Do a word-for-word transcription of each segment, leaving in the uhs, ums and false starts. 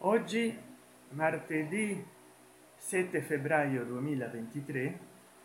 Oggi, martedì sette febbraio duemilaventitré,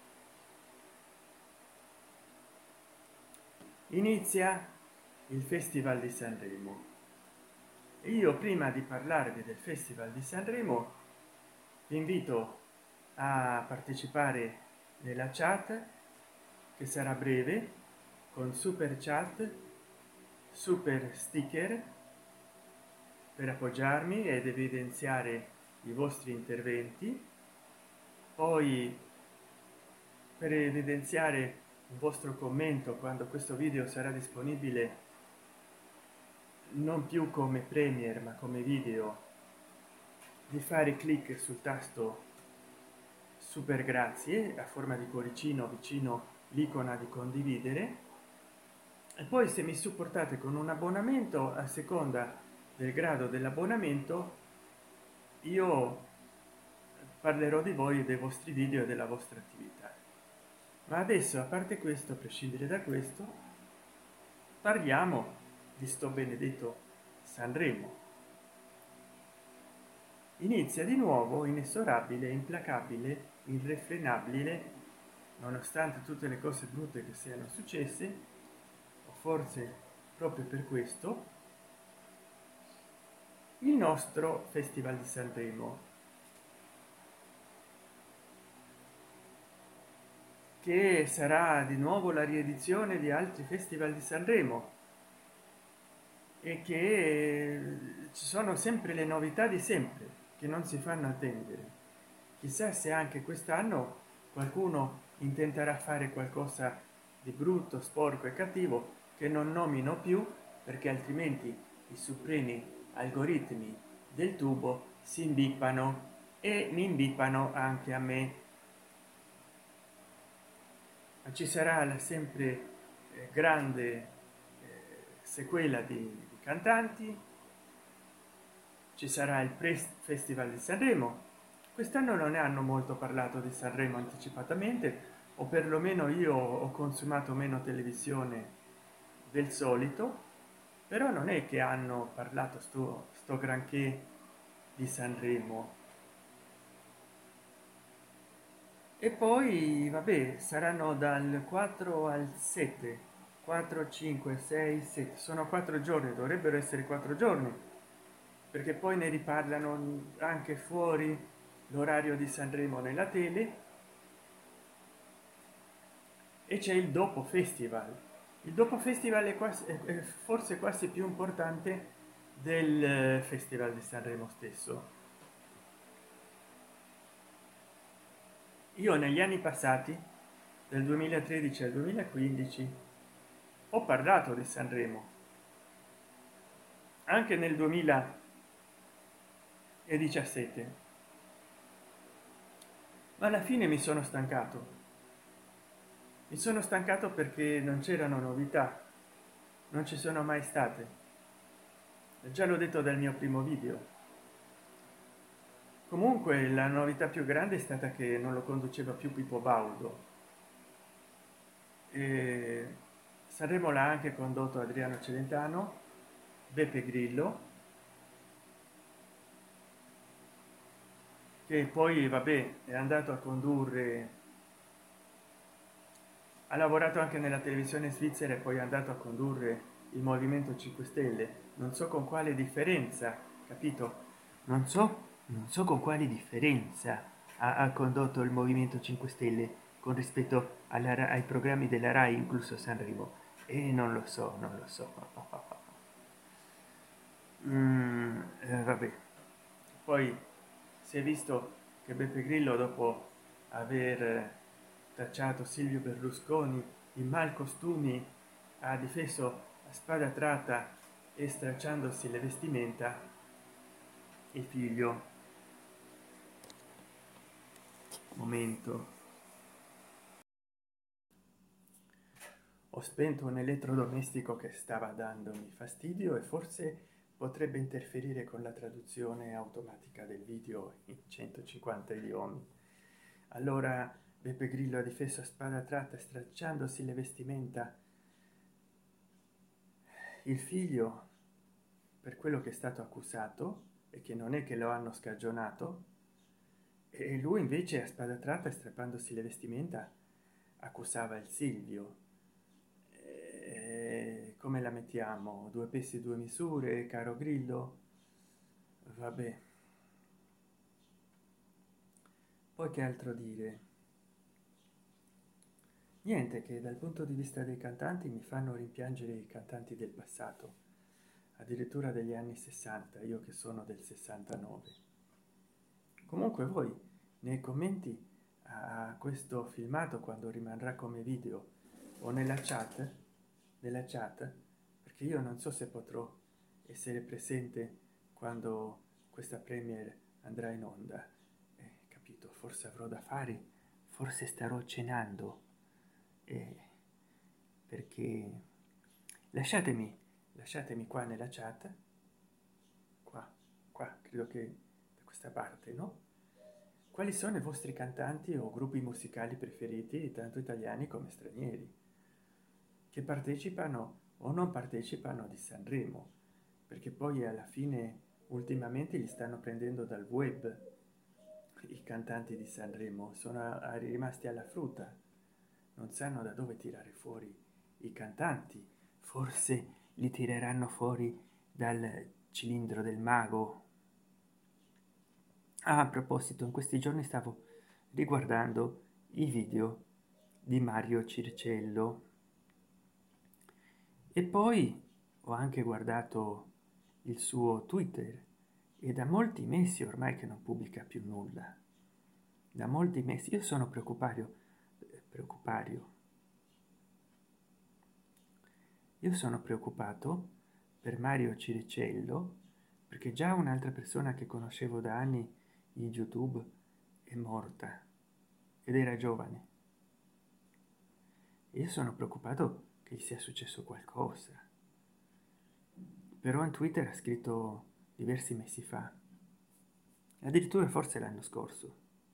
inizia il Festival di Sanremo. E io, prima di parlarvi del Festival di Sanremo, vi invito a partecipare nella chat, che sarà breve, con super chat, super sticker, per appoggiarmi ed evidenziare i vostri interventi, poi per evidenziare un vostro commento quando questo video sarà disponibile non più come Premiere ma come video, di fare clic sul tasto super grazie a forma di cuoricino vicino l'icona di condividere, e poi se mi supportate con un abbonamento, a seconda del grado dell'abbonamento, io parlerò di voi e dei vostri video e della vostra attività. Ma adesso, a parte questo, a prescindere da questo, parliamo di sto benedetto Sanremo. Inizia di nuovo inesorabile, implacabile, irrefrenabile, nonostante tutte le cose brutte che siano successe, o forse proprio per questo, il nostro Festival di Sanremo, che sarà di nuovo la riedizione di altri Festival di Sanremo e che ci sono sempre le novità di sempre che non si fanno attendere. Chissà se anche quest'anno qualcuno intenterà fare qualcosa di brutto, sporco e cattivo che non nomino più, perché altrimenti i supremi algoritmi del tubo si imbippano e mi imbippano anche a me. Ma ci sarà la sempre eh, grande eh, sequela di, di cantanti, ci sarà il pre festival di Sanremo. Quest'anno non ne hanno molto parlato di Sanremo anticipatamente, o perlomeno io ho consumato meno televisione del solito, però non è che hanno parlato sto, sto granché di Sanremo. E poi vabbè, saranno dal quattro al sette, quattro, cinque, sei, sette, sono quattro giorni, dovrebbero essere quattro giorni, perché poi ne riparlano anche fuori l'orario di Sanremo nella tele, e c'è il dopo festival. Il dopo festival è, quasi, è forse quasi più importante del Festival di Sanremo stesso. Io negli anni passati, del duemilatredici al duemilaquindici, ho parlato di Sanremo, anche nel duemiladiciassette, ma alla fine mi sono stancato. Mi sono stancato perché non c'erano novità, non ci sono mai state. Già l'ho detto dal mio primo video. Comunque la novità più grande è stata che non lo conduceva più Pippo Baudo. E Sanremo l'ha anche condotto Adriano Celentano, Beppe Grillo, che poi vabbè è andato a condurre, ha lavorato anche nella televisione svizzera e poi è andato a condurre il Movimento cinque Stelle. Non so con quale differenza, capito? Non so, non so con quale differenza ha, ha condotto il Movimento cinque Stelle con rispetto alla, ai programmi della Rai, incluso Sanremo. E non lo so, non lo so. Mm, eh, vabbè. Poi si è visto che Beppe Grillo, dopo aver tacciato Silvio Berlusconi in malcostumi, ha difeso a spada tratta e stracciandosi le vestimenta il figlio. Momento, ho spento un elettrodomestico che stava dandomi fastidio e forse potrebbe interferire con la traduzione automatica del video in centocinquanta idiomi. Allora Beppe Grillo ha difeso a spada tratta, stracciandosi le vestimenta, il figlio per quello che è stato accusato, che non è che lo hanno scagionato, e lui invece a spada tratta, strappandosi le vestimenta, accusava il Silvio. Eh, come la mettiamo? Due pesi due misure, caro Grillo? Vabbè, poi che altro dire? Niente, che dal punto di vista dei cantanti mi fanno rimpiangere i cantanti del passato, addirittura degli anni sessanta, io che sono del sessantanove. Comunque voi nei commenti a questo filmato, quando rimarrà come video, o nella chat della chat, perché io non so se potrò essere presente quando questa premiere andrà in onda, eh, capito, forse avrò da fare, forse starò cenando, eh, perché lasciatemi lasciatemi qua nella chat, qua qua credo che da questa parte, no, quali sono i vostri cantanti o gruppi musicali preferiti, tanto italiani come stranieri, che partecipano o non partecipano di Sanremo, perché poi alla fine ultimamente li stanno prendendo dal web. I cantanti di Sanremo sono a- rimasti alla frutta, non sanno da dove tirare fuori i cantanti, forse li tireranno fuori dal cilindro del mago. Ah, a proposito, in questi giorni stavo riguardando i video di Mario Circello e poi ho anche guardato il suo Twitter, e da molti mesi ormai che non pubblica più nulla, da molti mesi. Io sono preoccupario preoccupario io sono preoccupato per Mario Circello, perché già un'altra persona che conoscevo da anni in YouTube è morta ed era giovane, e io sono preoccupato che gli sia successo qualcosa. Però in Twitter ha scritto diversi mesi fa, addirittura forse l'anno scorso: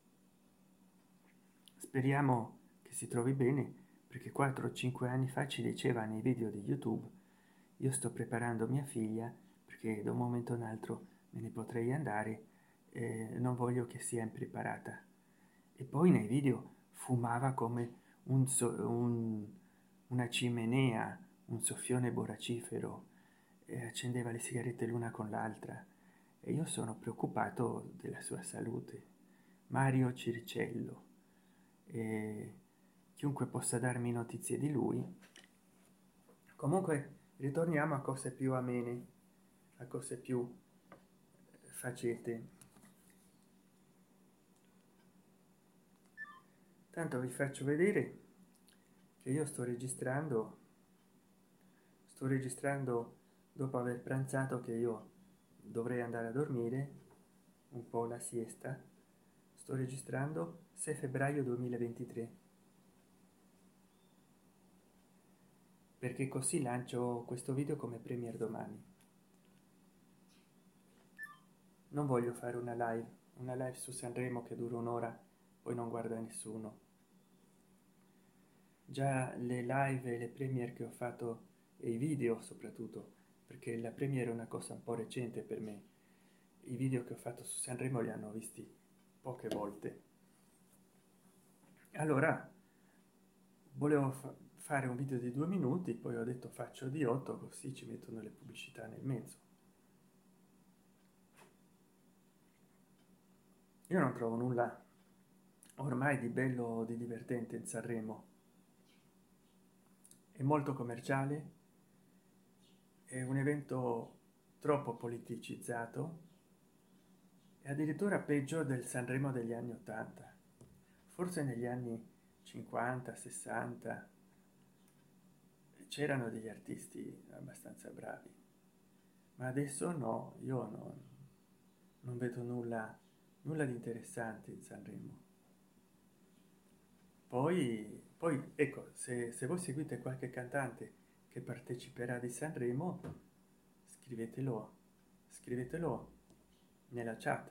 speriamo che si trovi bene, perché quattro o cinque anni fa ci diceva nei video di YouTube: io sto preparando mia figlia perché da un momento a un altro me ne potrei andare, eh, non voglio che sia impreparata. E poi nei video fumava come un, so, un una cimenea, un soffione borracifero, e accendeva le sigarette l'una con l'altra, e io sono preoccupato della sua salute. Mario Circello, e chiunque possa darmi notizie di lui. Comunque ritorniamo a cose più amene, a cose più facete. Tanto vi faccio vedere che io sto registrando sto registrando dopo aver pranzato, che io dovrei andare a dormire un po' la siesta. Sto registrando sei febbraio duemilaventitré, perché così lancio questo video come premier domani. Non voglio fare una live una live su Sanremo che dura un'ora, poi non guarda nessuno. Già le live e le premiere che ho fatto, e i video soprattutto, perché la premiere è una cosa un po' recente per me, i video che ho fatto su Sanremo li hanno visti poche volte. Allora volevo fa fare un video di due minuti, poi ho detto faccio di otto, così ci mettono le pubblicità nel mezzo. Io non trovo nulla ormai di bello o di divertente in Sanremo, è molto commerciale, è un evento troppo politicizzato, e addirittura peggio del Sanremo degli anni ottanta. Forse negli anni cinquanta sessanta c'erano degli artisti abbastanza bravi, ma adesso no, io non, non vedo nulla nulla di interessante in Sanremo. Poi poi ecco, se, se voi seguite qualche cantante che parteciperà di Sanremo, scrivetelo scrivetelo nella chat.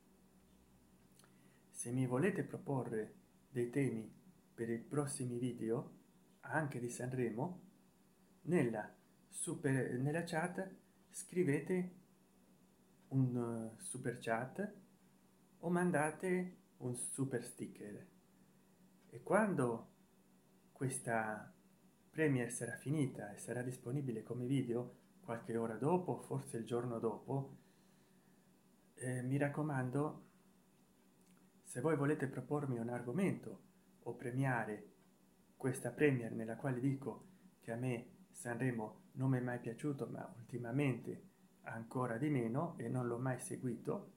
Se mi volete proporre dei temi per i prossimi video anche di Sanremo, nella super nella chat scrivete un uh, super chat o mandate un super sticker, e quando questa premiere sarà finita e sarà disponibile come video qualche ora dopo, forse il giorno dopo, eh, mi raccomando, se voi volete propormi un argomento o premiare questa premiere nella quale dico che a me Sanremo non mi è mai piaciuto, ma ultimamente ancora di meno e non l'ho mai seguito,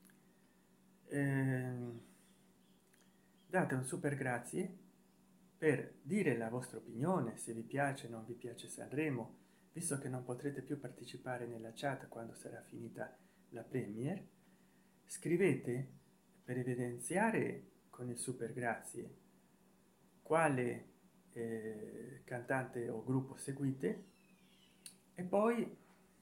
ehm, date un super grazie per dire la vostra opinione, se vi piace o non vi piace Sanremo, visto che non potrete più partecipare nella chat quando sarà finita la premiere. Scrivete per evidenziare con il super grazie quale eh, cantante o gruppo seguite, e poi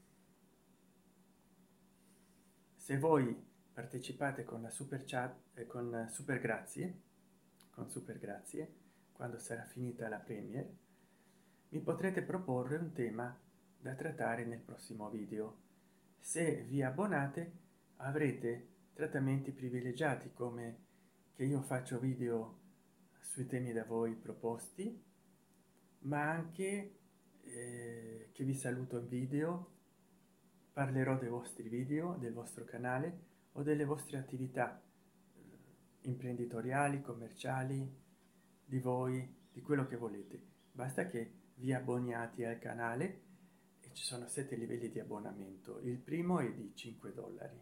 se voi partecipate con la super chat e eh, con super grazie con super grazie quando sarà finita la premiere, mi potrete proporre un tema da trattare nel prossimo video. Se vi abbonate avrete trattamenti privilegiati, come che io faccio video sui temi da voi proposti, ma anche eh, che vi saluto in video, parlerò dei vostri video, del vostro canale o delle vostre attività eh, imprenditoriali, commerciali, di voi, di quello che volete. Basta che vi abboniate al canale e ci sono sette livelli di abbonamento. Il primo è di cinque dollari.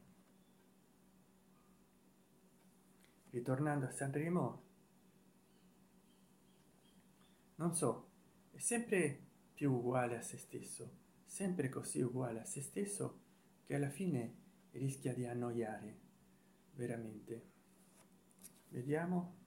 Ritornando a Sanremo, non so, è sempre più uguale a se stesso, sempre così uguale a se stesso, che alla fine rischia di annoiare veramente. Vediamo,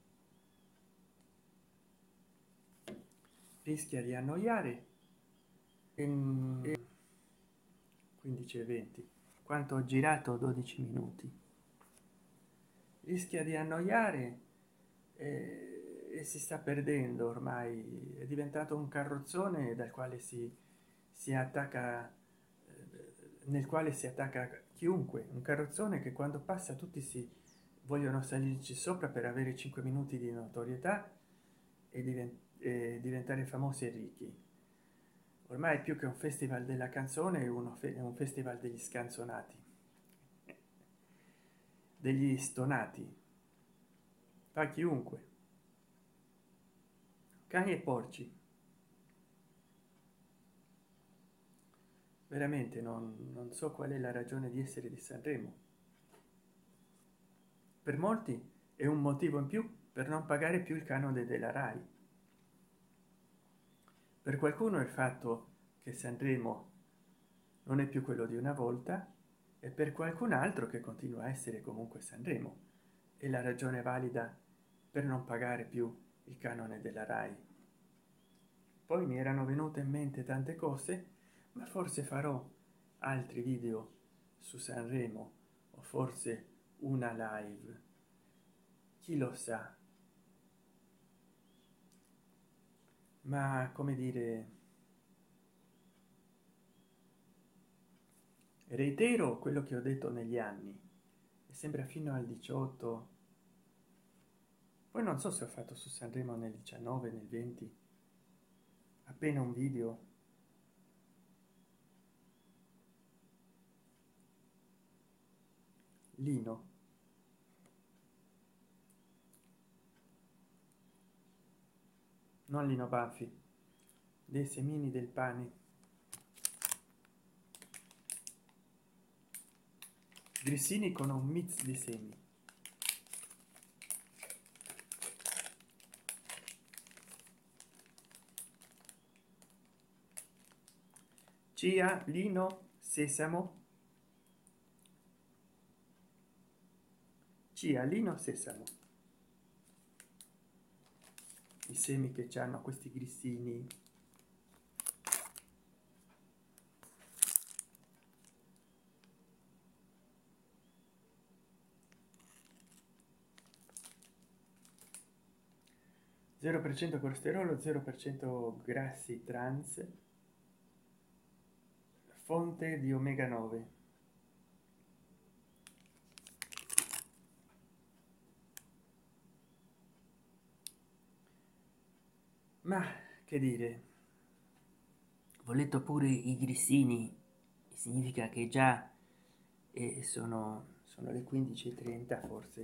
rischia di annoiare in quindici e venti, quanto ho girato? dodici minuti. Rischia di annoiare e, e si sta perdendo ormai, è diventato un carrozzone dal quale si, si attacca eh, nel quale si attacca chiunque, un carrozzone che quando passa tutti si vogliono salirci sopra per avere cinque minuti di notorietà e, divent e diventare famosi e ricchi. Ormai più che un festival della canzone è, uno fe è un festival degli scanzonati, degli stonati, fa chiunque, cani e porci. Veramente non, non so qual è la ragione di essere di Sanremo. Per molti è un motivo in più per non pagare più il canone della Rai. Per qualcuno è il fatto che Sanremo non è più quello di una volta, e per qualcun altro che continua a essere comunque Sanremo è la ragione valida per non pagare più il canone della Rai. Poi mi erano venute in mente tante cose, ma forse farò altri video su Sanremo o forse una live, chi lo sa. Ma come dire, reitero quello che ho detto negli anni, e sembra fino al diciotto, poi non so se ho fatto su Sanremo nel diciannove, nel venti, appena un video. Lino, non Lino Banfi, dei semini del pane, grissini con un mix di semi. Chia, lino, sesamo, chia, lino, sesamo, i semi che hanno questi grissini. zero per cento colesterolo, zero per cento grassi trans, fonte di omega nove. Ma che dire, ho letto pure i grissini, significa che già eh, sono, sono le quindici e trenta, forse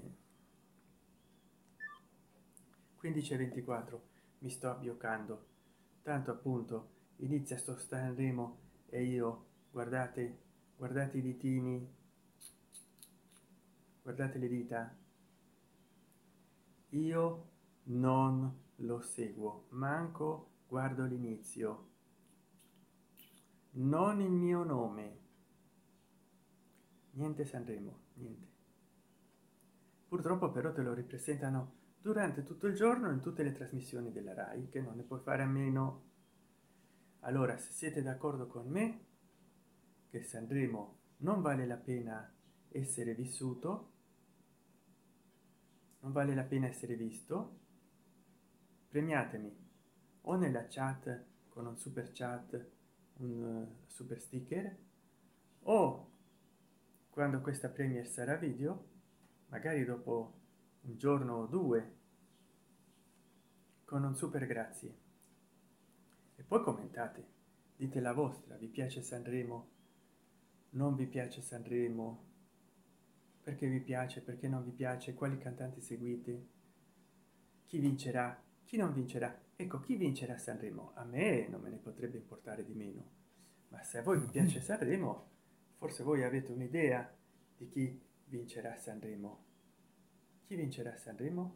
quindici e ventiquattro. Mi sto abbioccando, tanto appunto inizia sto Sanremo e io, guardate, guardate i ditini, guardate le dita, io non lo seguo, manco guardo l'inizio, non il mio nome, niente Sanremo, niente. Purtroppo però te lo ripresentano durante tutto il giorno in tutte le trasmissioni della Rai, che non ne puoi fare a meno. Allora, se siete d'accordo con me che Sanremo non vale la pena essere vissuto, non vale la pena essere visto, premiatemi o nella chat con un super chat, un uh, super sticker, o quando questa premiere sarà video, magari dopo un giorno o due, con un super grazie. E poi commentate, dite la vostra, vi piace Sanremo, non vi piace Sanremo, perché vi piace, perché non vi piace, quali cantanti seguite, chi vincerà, chi non vincerà. Ecco, chi vincerà a Sanremo a me non me ne potrebbe importare di meno, ma se a voi vi piace Sanremo, forse voi avete un'idea di chi vincerà a Sanremo. Chi vincerà a Sanremo?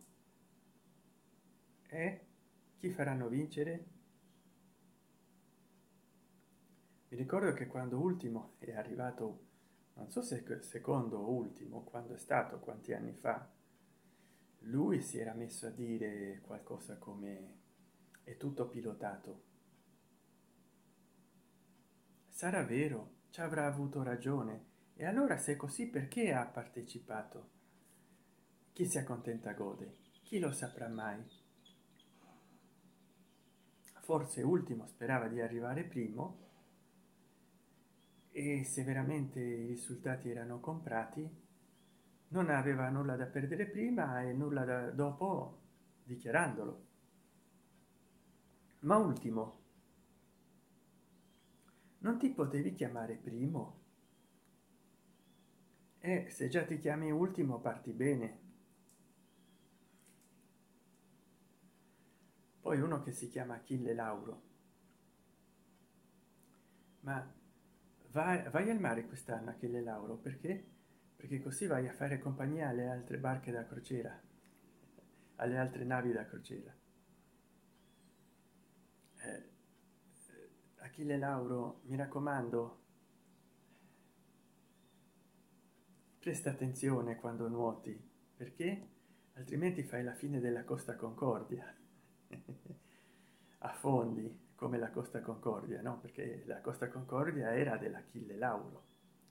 E chi faranno vincere? Mi ricordo che quando ultimo è arrivato, non so se secondo o ultimo, quando è stato, quanti anni fa, lui si era messo a dire qualcosa come è tutto pilotato. Sarà vero, ci avrà avuto ragione. E allora se è così, perché ha partecipato? Chi si accontenta gode, chi lo saprà mai. Forse ultimo sperava di arrivare primo, e se veramente i risultati erano comprati non aveva nulla da perdere prima e nulla da dopo, dichiarandolo. Ma ultimo, non ti potevi chiamare primo? E se già ti chiami ultimo parti bene. Poi uno che si chiama Achille Lauro, ma vai, vai al mare quest'anno Achille Lauro, perché? Perché così vai a fare compagnia alle altre barche da crociera, alle altre navi da crociera. eh, Achille Lauro, mi raccomando, presta attenzione quando nuoti, perché altrimenti fai la fine della Costa Concordia. Affondi come la Costa Concordia, no? Perché la Costa Concordia era dell'Achille Lauro,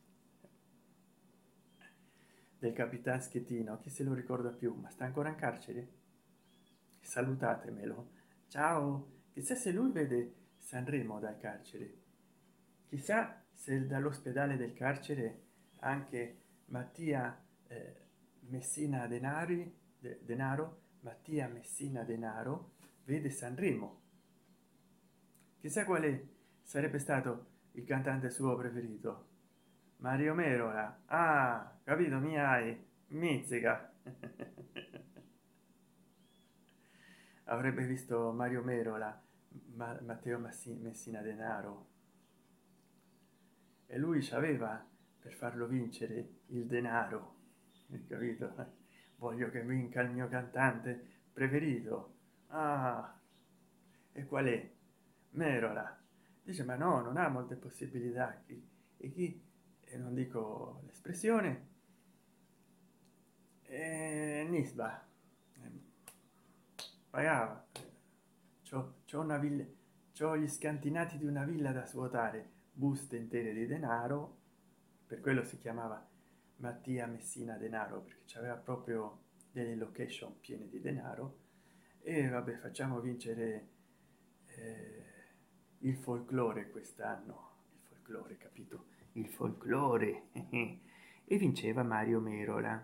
del Capitan Schettino, chi se lo ricorda più, ma sta ancora in carcere? Salutatemelo. Ciao, chissà se lui vede Sanremo dal carcere, chissà se dall'ospedale del carcere anche Mattia eh, Messina Denari, de, Denaro, Mattia Messina Denaro vede Sanremo. Chissà quale sarebbe stato il cantante suo preferito. Mario Merola. Ah, capito, mi hai mizzica. Avrebbe visto Mario Merola, Ma- Matteo Massi- Messina Denaro, e lui c'aveva per farlo vincere il denaro, hai capito? Voglio che vinca il mio cantante preferito. Ah, e qual è? Merola. Dice, ma no, non ha molte possibilità. Chi, e chi, e non dico l'espressione, e Nisba. Eh, pagava. C'ho, c'ho una villa, c'ho gli scantinati di una villa da svuotare, buste intere di denaro, per quello si chiamava Mattia Messina Denaro, perché c'aveva proprio delle location piene di denaro. E vabbè, facciamo vincere eh, il folklore quest'anno, il folklore, capito? Il folklore. E vinceva Mario Merola.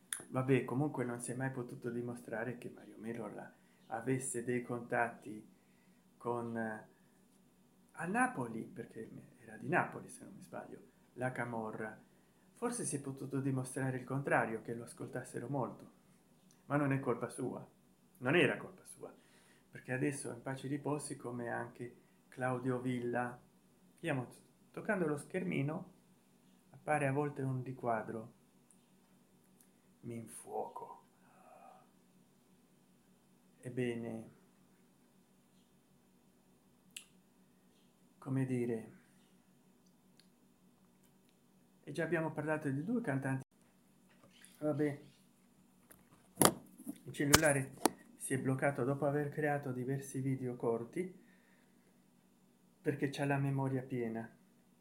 Vabbè, comunque non si è mai potuto dimostrare che Mario Merola avesse dei contatti con eh, a Napoli, perché era di Napoli se non mi sbaglio, la camorra. Forse si è potuto dimostrare il contrario, che lo ascoltassero molto, ma non è colpa sua, non era colpa sua, perché adesso in pace riposi, come anche Claudio Villa. Stiamo toccando lo schermino, appare a volte un riquadro, mi infuoco. Ebbene, come dire, e già abbiamo parlato di due cantanti. Vabbè, il cellulare si è bloccato dopo aver creato diversi video corti perché c'è la memoria piena.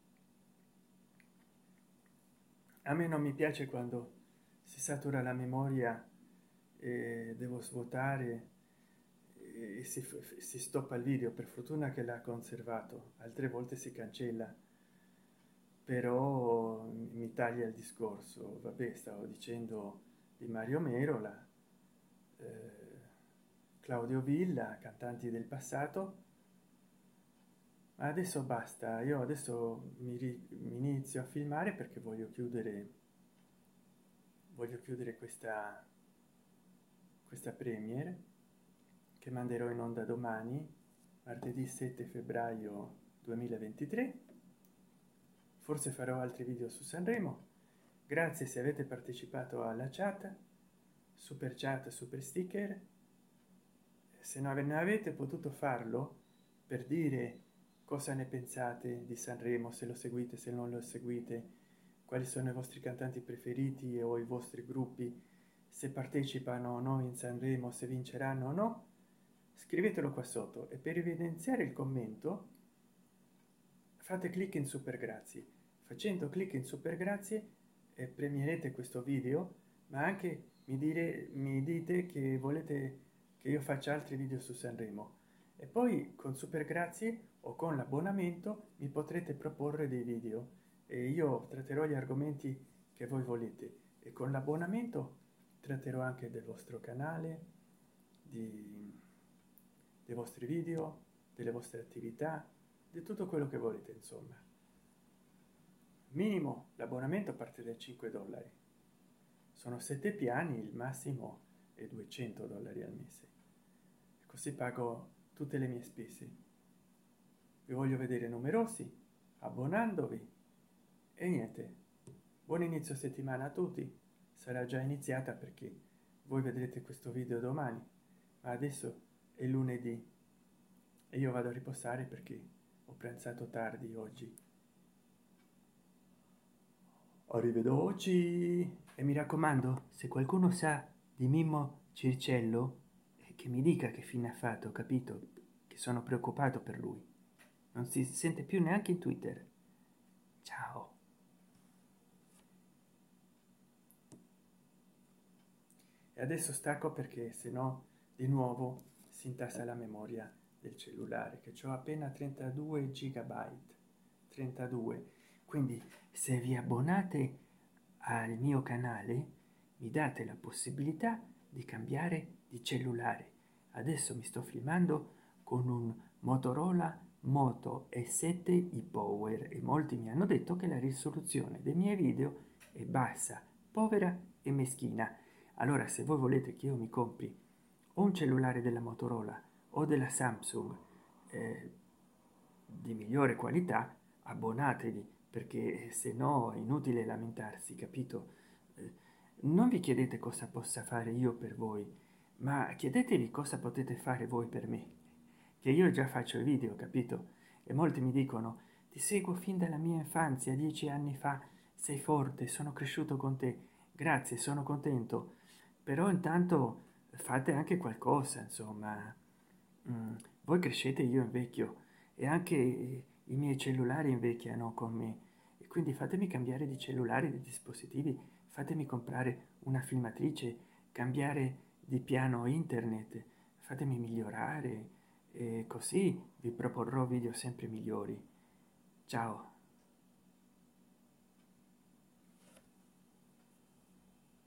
A me non mi piace quando si satura la memoria e devo svuotare e si, si stoppa il video. Per fortuna che l'ha conservato, altre volte si cancella, però mi taglia il discorso. Vabbè, stavo dicendo di Mario Merola, eh, Claudio Villa, cantanti del passato. Ma adesso basta, io adesso mi, ri- mi inizio a filmare perché voglio chiudere voglio chiudere questa questa premiere che manderò in onda domani, martedì sette febbraio duemilaventitré. Forse farò altri video su Sanremo. Grazie se avete partecipato alla chat, super chat, super sticker. Se non ne avete potuto farlo, per dire cosa ne pensate di Sanremo, se lo seguite, se non lo seguite, quali sono i vostri cantanti preferiti o i vostri gruppi, se partecipano o no in Sanremo, se vinceranno o no, scrivetelo qua sotto. E per evidenziare il commento fate clic in super grazie. Facendo clic in super grazie eh, premierete questo video, ma anche mi dire mi dite che volete che io faccia altri video su Sanremo, e poi con super grazie o con l'abbonamento mi potrete proporre dei video e io tratterò gli argomenti che voi volete, e con l'abbonamento tratterò anche del vostro canale, di, dei vostri video, delle vostre attività, di tutto quello che volete. Insomma, minimo l'abbonamento parte da cinque dollari, sono sette piani, il massimo è duecento dollari al mese, e così pago tutte le mie spese. Vi voglio vedere numerosi abbonandovi. E niente, buon inizio settimana a tutti. Sarà già iniziata perché voi vedrete questo video domani, ma adesso è lunedì e io vado a riposare perché ho pranzato tardi oggi. Arrivederci. E mi raccomando, se qualcuno sa di Mimmo Circello, eh, che mi dica che fine ha fatto, capito? Che sono preoccupato per lui. Non si sente più neanche in Twitter. Ciao. E adesso stacco perché se no di nuovo si intassa la memoria del cellulare, che ho appena trentadue gigabyte. trentadue. Quindi se vi abbonate al mio canale mi date la possibilità di cambiare di cellulare. Adesso mi sto filmando con un Motorola Moto E sette e-Power e molti mi hanno detto che la risoluzione dei miei video è bassa, povera e meschina. Allora, se voi volete che io mi compri o un cellulare della Motorola o della Samsung eh, di migliore qualità, abbonatevi, perché se no è inutile lamentarsi, capito? Eh, non vi chiedete cosa possa fare io per voi, ma chiedetevi cosa potete fare voi per me, che io già faccio i video, capito? E molti mi dicono: ti seguo fin dalla mia infanzia, dieci anni fa, sei forte, sono cresciuto con te. Grazie, sono contento, però intanto fate anche qualcosa, insomma. Mm, voi crescete, io invecchio, e anche i miei cellulari invecchiano con me, e quindi fatemi cambiare di cellulare, di dispositivi, fatemi comprare una filmatrice, cambiare di piano internet, fatemi migliorare, e così vi proporrò video sempre migliori. Ciao.